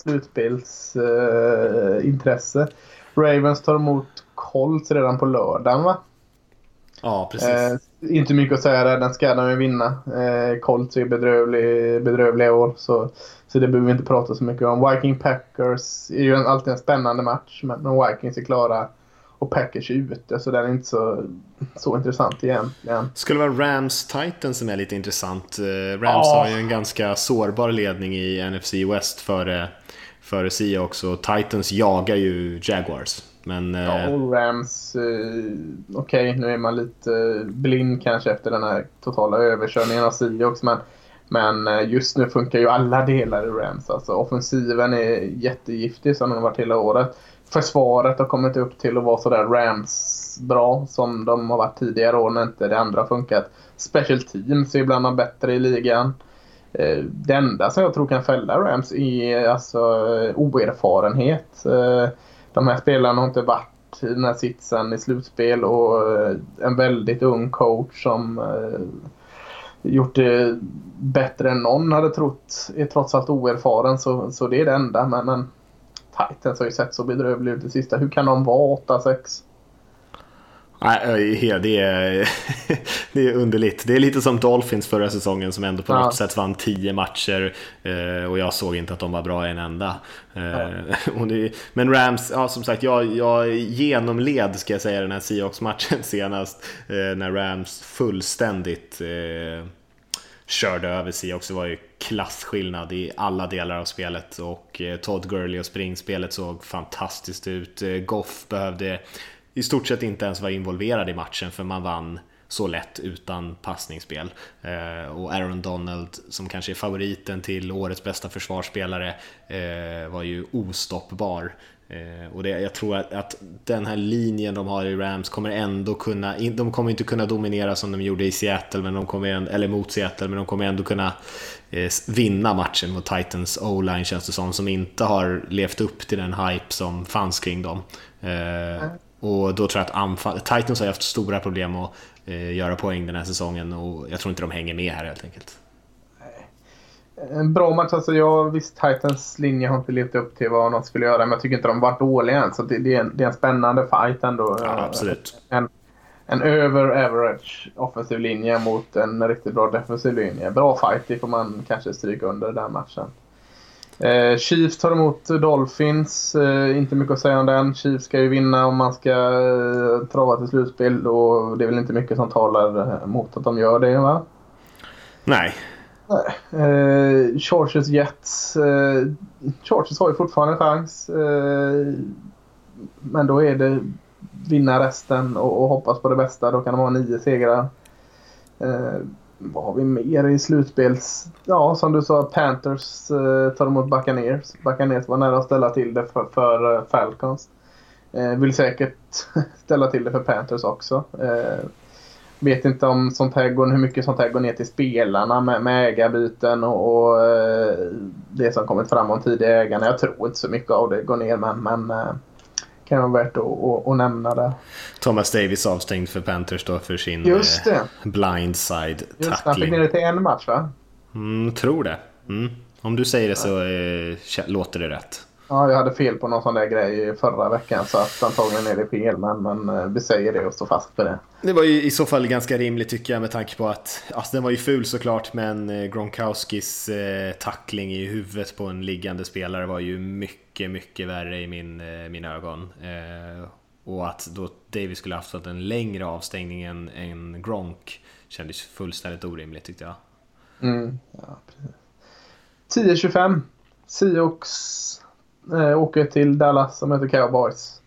slutspelsintresse. Eh, Ravens tar emot Colts redan på lördagen, va? Ja, precis. Eh, inte mycket att säga där, den ska de ju vinna. Eh, Colts är bedrövlig, bedrövliga år, så, så det behöver vi inte prata så mycket om. Viking Packers är ju en, alltid en spännande match, men, men Vikings är klara och Packers är ute, så den är inte så, så intressant egentligen. Skulle vara Rams Titans som är lite intressant. Rams oh. har ju en ganska sårbar ledning i N F C West före, före Seahawks, och Titans jagar ju Jaguars. Men, ja, och Rams, eh, okej, okay, nu är man lite blind kanske efter den här totala överkörningen av Seahawks, men, men just nu funkar ju alla delar i Rams. Alltså, offensiven är jättegiftig som den har varit hela året. Försvaret har kommit upp till att vara sådär Rams bra som de har varit tidigare år när inte det andra funkat. Special teams är ibland bättre i ligan. Eh, det enda som jag tror kan fälla Rams är alltså oerfarenhet. Eh, De här spelarna har inte varit i den här sitsen i slutspel, och en väldigt ung coach som eh, gjort det bättre än någon hade trott är trots allt oerfaren, så, så det är det enda. Men, men Titans har ju sett så bedrövligt ut det sista. Hur kan de vara åtta sex? Nej, det är, det är underligt. Det är lite som Dolphins förra säsongen som ändå på ja. något sätt vann tio matcher, och jag såg inte att de var bra i en enda. Ja. Men Rams, ja, som sagt, jag, jag genomled ska jag säga den här Seahawks-matchen senast när Rams fullständigt eh, körde över Seahawks. Det var ju klassskillnad i alla delar av spelet, och eh, Todd Gurley och springspelet såg fantastiskt ut. Goff behövde i stort sett inte ens var involverad i matchen, för man vann så lätt utan passningsspel. Eh, och Aaron Donald, som kanske är favoriten till årets bästa försvarsspelare, eh, var ju ostoppbar. Eh, och det, jag tror att, att den här linjen de har i Rams kommer ändå kunna, de kommer inte kunna dominera som de gjorde i Seattle, men de kommer, eller mot Seattle, men de kommer ändå kunna eh, vinna matchen mot Titans O-line, känns det som, som inte har levt upp till den hype som fanns kring dem. Eh, Och då tror jag att anfall, Titans har haft stora problem att eh, göra poäng den här säsongen, och jag tror inte de hänger med här helt enkelt. En bra match, alltså jag visst Titans linje har inte levt upp till vad de skulle göra, men jag tycker inte de har varit dåliga än, så det, det, är en, det är en spännande fight ändå. Ja, absolut. En, en över average offensiv linje mot en riktigt bra defensiv linje. Bra fight, det får man kanske stryka under den matchen. Eh, Chiefs tar emot Dolphins, eh, inte mycket att säga om den. Chiefs ska ju vinna om man ska eh, trava till slutspel, och det är väl inte mycket som talar mot att de gör det, va? Nej. Eh, Chargers Jets, eh, Chargers har ju fortfarande en chans, eh, men då är det vinna resten och, och hoppas på det bästa. Då kan de ha nio segrar. Eh, Vad har vi mer i slutspels? Ja, som du sa, Panthers eh, tar emot Buccaneers. Buccaneers var nära att ställa till det för, för uh, Falcons. Eh, vill säkert ställa till det för Panthers också. Eh, vet inte om sånt här går, hur mycket sånt här går ner till spelarna med, med ägarbyten och, och det som kommit fram om tidigare ägarna. Jag tror inte så mycket av det går ner, men, men kan vara värt att, att, att nämna det. Thomas Davis avstängd för Panthers då för sin Just det. blindside tackling. Just det, han fick ner det till en match, va? Mm, tror det. Mm. Om du säger det så eh, låter det rätt. Ja, jag hade fel på någon sån där grej förra veckan, så att antagligen är det fel, men, men vi säger det och står fast på det. Det var ju i så fall ganska rimligt tycker jag, med tanke på att alltså, den var ju ful såklart, men Gronkowskis eh, tackling i huvudet på en liggande spelare var ju mycket, mycket värre i min, eh, mina ögon. Eh, och att då Davis skulle haft en längre avstängning än, än Gronk kändes fullständigt orimligt tyckte jag. Mm, ja, precis. tio tjugofem Seahawks eh, åker till Dallas som heter Cowboys.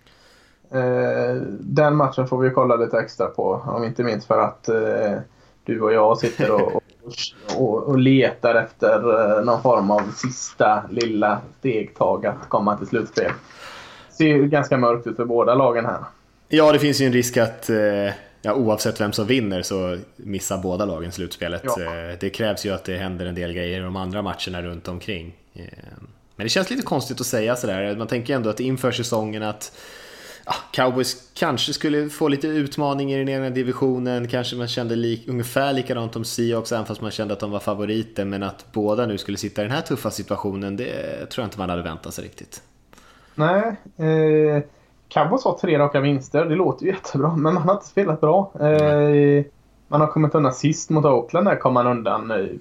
Eh, den matchen får vi kolla lite extra på, om inte minst för att eh, du och jag sitter och, och, och, och letar efter eh, någon form av sista lilla stegtag att komma till slutspel. Det ser ju ganska mörkt ut för båda lagen här. Ja, det finns ju en risk att eh, ja, oavsett vem som vinner så missar båda lagen slutspelet. Ja. Eh, det krävs ju att det händer en del grejer i de andra matcherna runt omkring. Eh, men det känns lite konstigt att säga sådär. Man tänker ändå att inför säsongen att ja, Cowboys kanske skulle få lite utmaning i den egna divisionen. Kanske man kände li- ungefär likadant om Seahawks, även fast man kände att de var favoriter. Men att båda nu skulle sitta i den här tuffa situationen, det tror jag inte man hade väntat sig riktigt. Nej, eh, Cowboys har tre raka vinster. Det låter ju jättebra, men man har inte spelat bra. Eh, man har kommit undan sist mot Oakland. Där kom man undan eh,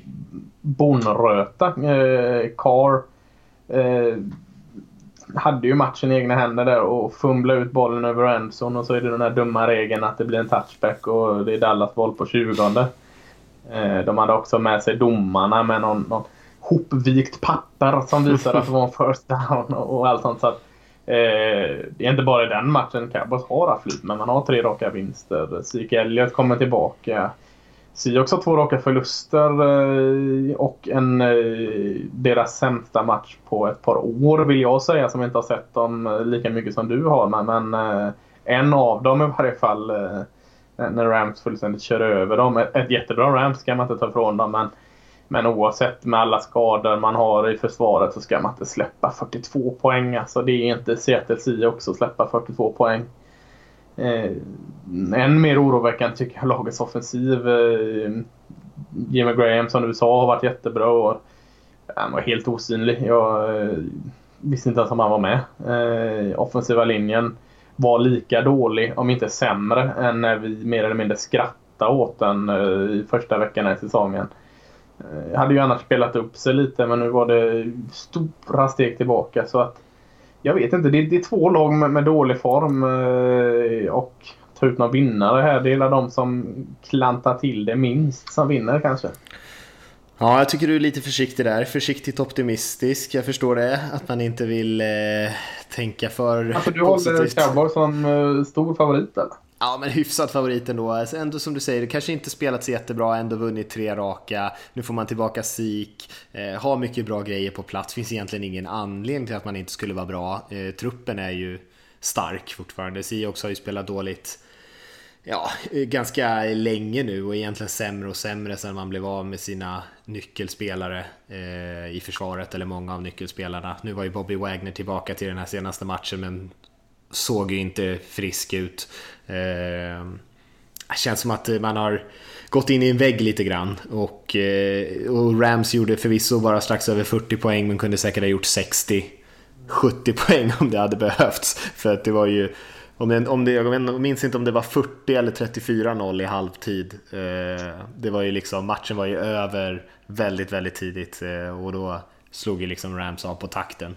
bonröta. Eh, Carr eh, hade ju matchen i egna händer där och fumblade ut bollen över endzone, och så är det den här dumma regeln att det blir en touchback och det är Dallas boll på tjugonde. Eh, de hade också med sig domarna med någon, någon hopvikt papper som visar att det var en first down och allt sånt. Så att, eh, det är inte bara den matchen Cowboys har haft flyt, men man har tre raka vinster. Zeke Elliott kommer tillbaka. Seahawks har två raka förluster eh, och en eh, deras sämsta match på ett par år vill jag säga, som inte har sett dem lika mycket som du har. Men, men eh, en av dem i varje fall eh, när Rams fullständigt kör över dem. Ett, ett jättebra Rams kan man inte ta ifrån dem, men Men oavsett med alla skador man har i försvaret så ska man inte släppa fyrtiotvå poäng. Alltså det är inte Seattle Seahawks att släppa fyrtiotvå poäng. Eh, än mer oroväckande tycker jag lagets offensiv. Eh, Jimmy Graham som du sa har varit jättebra och han var helt osynlig. Jag eh, visste inte ens om han var med. Eh, offensiva linjen var lika dålig, om inte sämre, än när vi mer eller mindre skrattade åt den eh, i första veckan i säsongen. Jag hade ju annars spelat upp sig lite, men nu var det stora steg tillbaka. Så att jag vet inte, det är, det är två lag med, med dålig form och ta ut några vinnare här. Det är de som klantar till det minst som vinner kanske. Ja, jag tycker du är lite försiktig där. Försiktigt optimistisk. Jag förstår det, att man inte vill eh, tänka för alltså, du positivt. håller Cowboys som eh, stor favorit eller? Ja, men hyfsat favorit ändå. Alltså, ändå som du säger, det kanske inte spelat så jättebra, ändå vunnit tre raka. Nu får man tillbaka Zeke, eh, har mycket bra grejer på plats. Finns egentligen ingen anledning till att man inte skulle vara bra. Eh, truppen är ju stark fortfarande. Seahawks har ju spelat dåligt ja, ganska länge nu och egentligen sämre och sämre sedan man blev av med sina nyckelspelare eh, i försvaret, eller många av nyckelspelarna. Nu var ju Bobby Wagner tillbaka till den här senaste matchen, men såg ju inte frisk ut. Eh, det känns som att man har gått in i en vägg lite grann och, eh, och Rams gjorde förvisso bara strax över fyrtio poäng, men kunde säkert ha gjort sextio sjuttio poäng om det hade behövts, för att det var ju om det, om det, jag minns inte om det var fyrtio eller trettiofyra noll i halvtid. Eh, det var ju liksom, matchen var ju över väldigt väldigt tidigt eh, och då slog ju liksom Rams av på takten.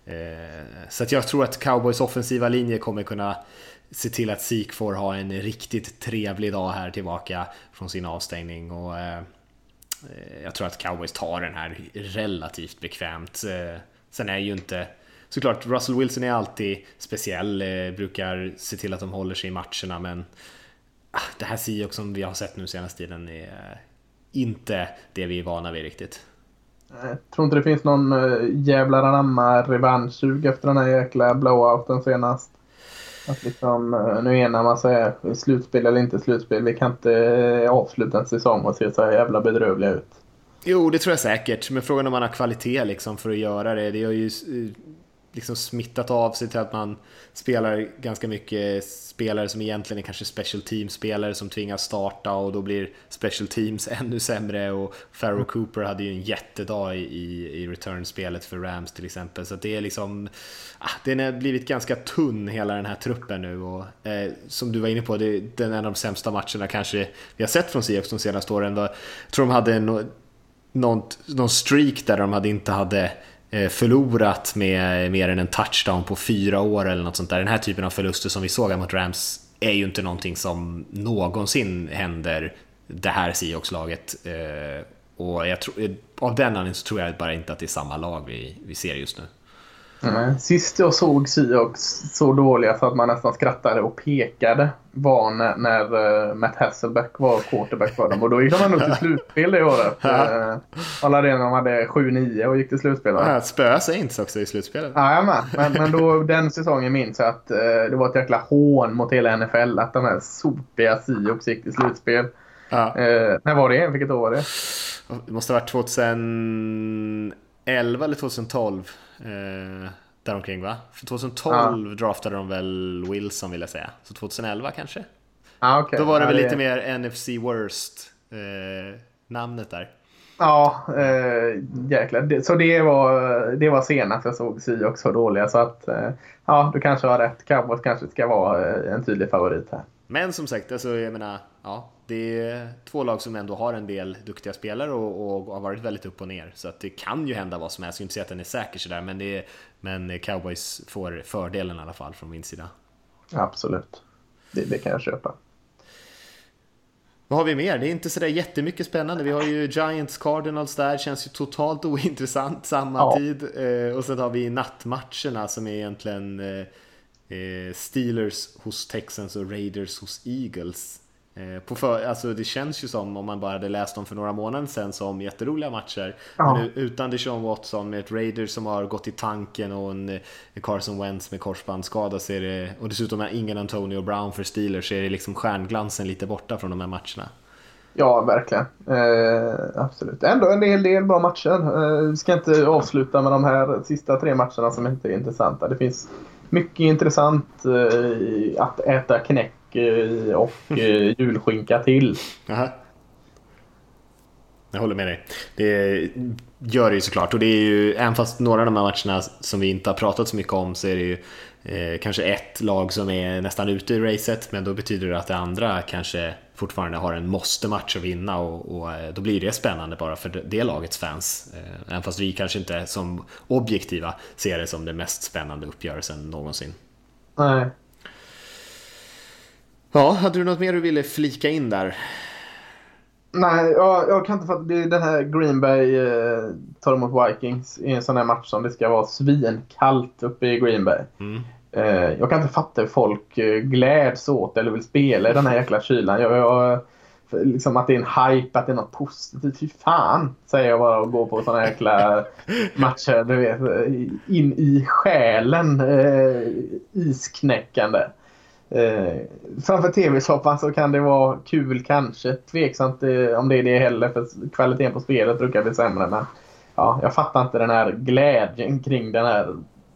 Så att jag tror att Cowboys offensiva linje kommer kunna se till att Zeke får ha en riktigt trevlig dag här tillbaka från sin avstängning, och eh, jag tror att Cowboys tar den här relativt bekvämt. Eh, sen är ju inte såklart, Russell Wilson är alltid speciell, eh, brukar se till att de håller sig i matcherna, men ah, det här Seahawks som vi har sett nu senaste tiden är inte det vi är vana vid riktigt. Jag tror inte det finns någon uh, jävla anamma revanschsug efter den här jäkla blowouten senast. Att liksom, nu enar man sig slutspel eller inte slutspel. Vi kan inte avsluta en säsong och se så här jävla bedrövliga ut. Jo, det tror jag säkert. Men frågan om man har kvalitet liksom för att göra det. Det har ju liksom smittat av sig till att man spelar ganska mycket spelare som egentligen är kanske special team-spelare som tvingas starta, och då blir special teams ännu sämre. Och Farrell Cooper hade ju en jättedag i, i, i return-spelet för Rams till exempel. Så att det är liksom ah, den har blivit ganska tunn hela den här truppen nu. Och eh, som du var inne på, det, den är en av de sämsta matcherna kanske vi har sett från Seahawks de senaste åren. Jag tror de hade en Någon, någon streak där de hade inte hade förlorat med mer än en touchdown på fyra år eller något sånt där. Den här typen av förluster som vi såg mot Rams är ju inte någonting som någonsin händer det här Seahawks-laget. Och jag tror, av den anledningen så tror jag bara inte att det är samma lag vi, vi ser just nu. Mm. Sist jag såg Seahawks så dåliga så att man nästan skrattade och pekade var när, när uh, Matt Hasselbeck var quarterback för dem. Och då gick de ändå till slutspel det året. uh, alla det när de hade sju nio och gick till slutspel. Ja, spöa sig inte också i slutspelet. Ja, men, men då den säsongen minns jag att uh, det var ett jäkla hån mot hela N F L att de här sopiga Seahawks gick till slutspel. Ja. Uh, när var det? Vilket år var det? Det måste ha varit tjugoelva eller tjugotolv. Eh, däromkring, va? För tjugotolv ja. draftade de väl Wilson, vill jag säga. Så tjugoelva kanske. Ah, okay. Då var det ja, väl det... lite mer N F C Worst eh, namnet där. Ja, eh, jäklar. Så det var, det var senast jag såg Seahawks så dåliga. Så att, eh, ja, du kanske har rätt. Cowboys kanske ska vara en tydlig favorit här. Men som sagt, alltså, jag menar, ja, det är två lag som ändå har en del duktiga spelare och, och har varit väldigt upp och ner. Så att det kan ju hända vad som helst. Jag ska inte säga att den är säker sådär, men, det är, men Cowboys får fördelen i alla fall från min sida. Absolut, det, det kan jag köpa. Vad har vi mer? Det är inte sådär jättemycket spännande. Vi har ju Giants Cardinals där, känns ju totalt ointressant samma ja. tid. Eh, och sen har vi nattmatcherna som är egentligen eh, Steelers hos Texans och Raiders hos Eagles. Eh, på för, alltså det känns ju som, om man bara hade läst dem för några månader sedan, som jätteroliga matcher. Ja. Men utan Deshaun Watson, med ett Raiders som har gått i tanken och en, en Carson Wentz med korsbandsskada, så är det, och dessutom är ingen Antonio Brown för Steelers, så är det liksom stjärnglansen lite borta från de här matcherna. Ja, verkligen. Eh, absolut. Ändå en del, del bra matcher. Eh, vi ska inte avsluta med de här sista tre matcherna som inte är intressanta. Det finns mycket intressant eh, att äta knäck eh, och eh, julskinka till. Aha. Jag håller med dig. Det gör det ju såklart. Och det är ju, även fast några av de här matcherna som vi inte har pratat så mycket om, så är det ju eh, kanske ett lag som är nästan ute i racet, men då betyder det att det andra kanske fortfarande har en måste-match att vinna, och, och då blir det spännande bara för det lagets fans. Eh, även fast vi kanske inte som objektiva ser det som den mest spännande uppgörelsen någonsin. Nej. Ja, hade du något mer du ville flika in där? Nej, jag, jag kan inte fatta. Det är den här Green Bay eh, tar emot Vikings i en sån här match som det ska vara svinkallt uppe i Green Bay. Mm. Eh, jag kan inte fatta hur folk eh, gläds åt eller vill spela i den här jäkla kylan. Jag, jag, liksom att det är en hype, att det är något positivt. Fy fan, säger jag bara, och går på såna här jäkla matcher, du vet, in i själen, eh, isknäckande. Eh, framför tv-soffan så kan det vara kul kanske. Tveksamt eh, om det är det heller, för kvaliteten på spelet brukar bli sämre. Men ja, jag fattar inte den här glädjen kring den här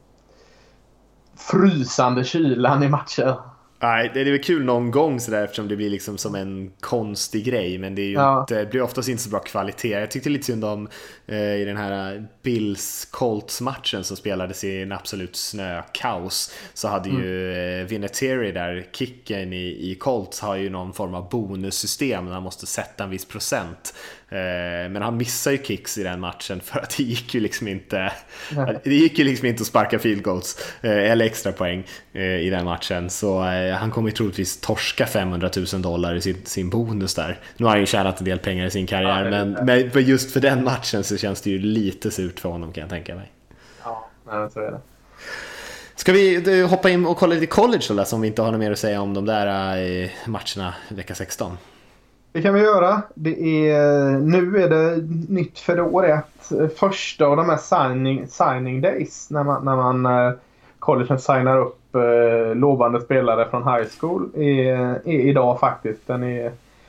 frysande kylan i matcher. Nej, det är väl kul någon gång sådär, eftersom det blir liksom som en konstig grej, men det är ju ja. inte, det blir oftast inte så bra kvalitet. Jag tyckte lite synd om eh, i den här Bills-Colts-matchen som spelades i en absolut snökaos, så hade mm. ju eh, Vinatieri där, kicken i, i Colts, har ju någon form av bonussystem där han måste sätta en viss procent. Men han missar ju kicks i den matchen för att det gick ju liksom inte det gick ju liksom inte att sparka field goals eller extra poäng i den matchen, så han kommer ju troligtvis torska femhundratusen dollar i sin, sin bonus där. Nu har han ju tjänat en del pengar i sin karriär, ja, men, men just för den matchen så känns det ju lite surt för honom, kan jag tänka mig. Ja, nej, så är det. Ska vi hoppa in och kolla lite college då, som vi inte har något mer att säga om de där matcherna vecka sexton? Det kan vi göra. Det är, nu är det nytt för det året. Första av de här signing, signing days när man, när man collegen signar upp upp eh, lovande spelare från high school är, är idag faktiskt. Den är,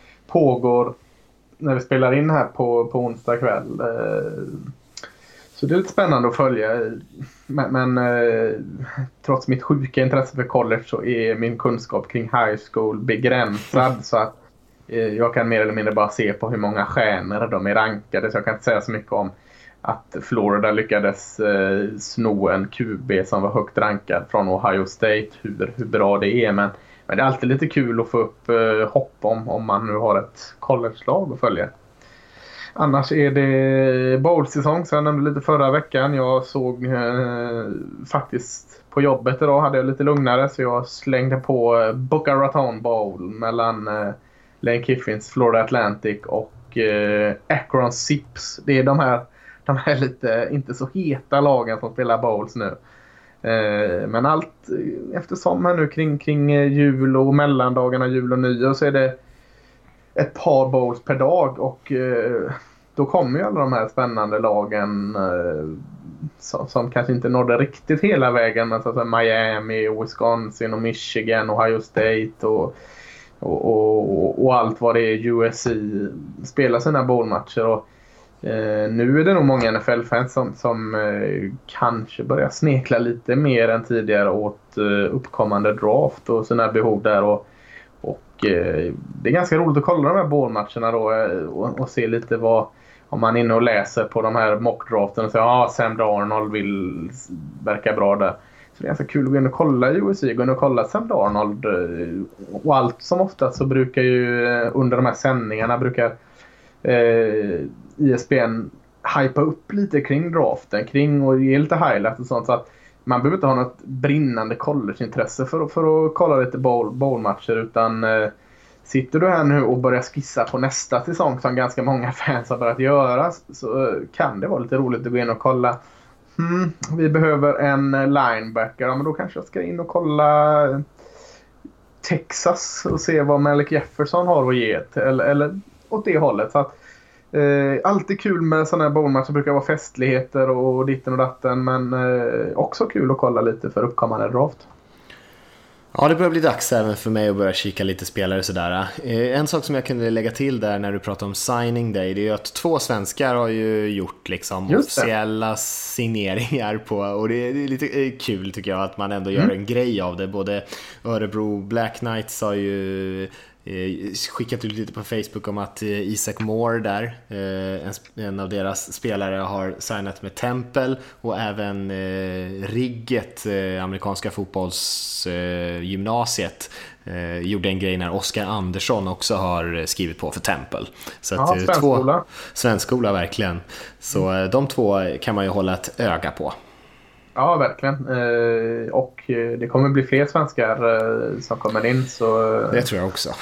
pågår när vi spelar in här på, på onsdag kväll. Eh, så det är lite spännande att följa. Men, men eh, trots mitt sjuka intresse för college så är min kunskap kring high school begränsad. Så att eh, jag kan mer eller mindre bara se på hur många stjärnor de är rankade. Så jag kan inte säga så mycket om att Florida lyckades eh, sno en Q B som var högt rankad från Ohio State. Hur, hur bra det är. Men, men det är alltid lite kul att få upp eh, hopp om, om man nu har ett college-lag att följa. Annars är det bowl-säsong, så jag nämnde lite förra veckan. Jag såg eh, faktiskt på jobbet idag, hade jag lite lugnare, så jag slängde på Boca Raton Bowl mellan eh, Lane Kiffins Florida Atlantic och eh, Akron Zips. Det är de här, de här lite inte så heta lagen som spelar bowls nu. Eh, men allt eftersom här nu kring, kring jul och mellandagarna, jul och nyår, så är det ett par bowls per dag, och eh, då kommer ju alla de här spännande lagen eh, som, som kanske inte nådde riktigt hela vägen, men så att säga Miami, Wisconsin och Michigan, Ohio State och, och, och, och allt vad det är, U S C spelar sina bowlmatcher. Och eh, nu är det nog många N F L-fans som, som eh, kanske börjar snekla lite mer än tidigare åt eh, uppkommande draft och sina behov där, och Och eh, det är ganska roligt att kolla de här bowl-matcherna då, och, och se lite vad, om man är inne och läser på de här mock-draften och säger att ah, Sam Darnold vill verka bra där. Så det är ganska kul att gå in och kolla i U S C, gå in och kolla Sam Darnold. Och allt som oftast så brukar ju under de här sändningarna brukar eh, E S P N hypa upp lite kring draften, kring och ge lite highlights och sånt, så att man behöver inte ha något brinnande collegeintresse för, för att kolla lite bowl, bowlmatcher, utan eh, sitter du här nu och börjar skissa på nästa säsong som ganska många fans har börjat göra, så eh, kan det vara lite roligt att gå in och kolla. Hmm, vi behöver en linebacker, ja, men då kanske jag ska in och kolla Texas och se vad Malik Jefferson har att ge till, eller, eller åt det hållet. Så att Eh, alltid kul med sådana här bowlmatcher, brukar vara festligheter och ditten och datten, men eh, också kul att kolla lite för uppkommande draft. Ja, det börjar bli dags även för mig att börja kika lite spelare sådär. Eh, en sak som jag kunde lägga till där när du pratar om signing day, det är ju att två svenskar har ju gjort liksom officiella signeringar på, och det är lite kul tycker jag att man ändå gör mm. en grej av det. Både Örebro Black Knights har ju skickat ut lite på Facebook om att Isaac Moore där, en av deras spelare, har signat med Temple, och även Rigget, amerikanska fotbollsgymnasiet, gjorde en grej när Oscar Andersson också har skrivit på för Temple. Så att, ja, två svenskskola verkligen. Så mm. de två kan man ju hålla ett öga på. Ja, verkligen. Eh, och det kommer bli fler svenskar eh, som kommer in. Så, det tror jag också.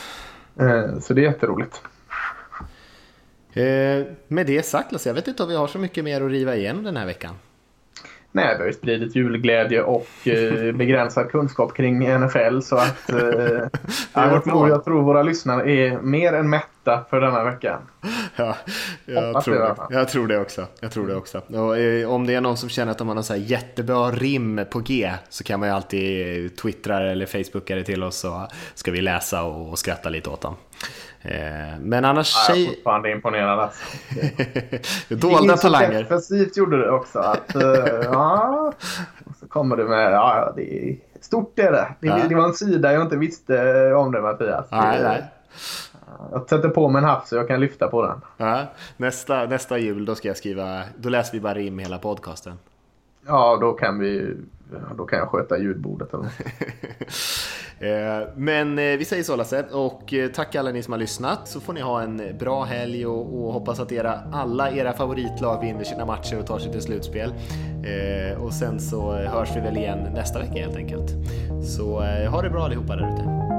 Eh, så det är jätteroligt. Eh, med det sagt, alltså, jag vet inte om vi har så mycket mer att riva igen den här veckan. Nej, vi har ju spridit julglädje och eh, begränsad kunskap kring N F L. Så att eh, jag, tror, jag tror våra lyssnare är mer än mätta för denna veckan. Ja, jag, tror det, jag tror det också. Jag tror det också. Och, eh, om det är någon som känner att de har någon så här jättebra rim på G, så kan man ju alltid twittra eller facebooka det till oss, så ska vi läsa och, och skratta lite åt dem. Eh, men annars... Ja, jag är fortfarande imponerad. Alltså. Dolda talanger. Defensivt gjorde det också. Att, uh, ja, och så kommer du med... Ja, det är stort är det. Det, ja. det var en sida jag inte visste om det, Mattias. Nej, nej. Jag sätter på mig en hatt så jag kan lyfta på den. Ja, nästa, nästa jul då ska jag skriva... Då läser vi bara rim hela podcasten. Ja, då kan vi... Då kan jag sköta ljudbordet. Eller? Men vi säger så, Lasse, och tack alla ni som har lyssnat. Så får ni ha en bra helg och, och hoppas att era, alla era favoritlag vinner sina matcher och tar sig till slutspel. Och sen så hörs vi väl igen nästa vecka helt enkelt. Så ha det bra allihopa där ute.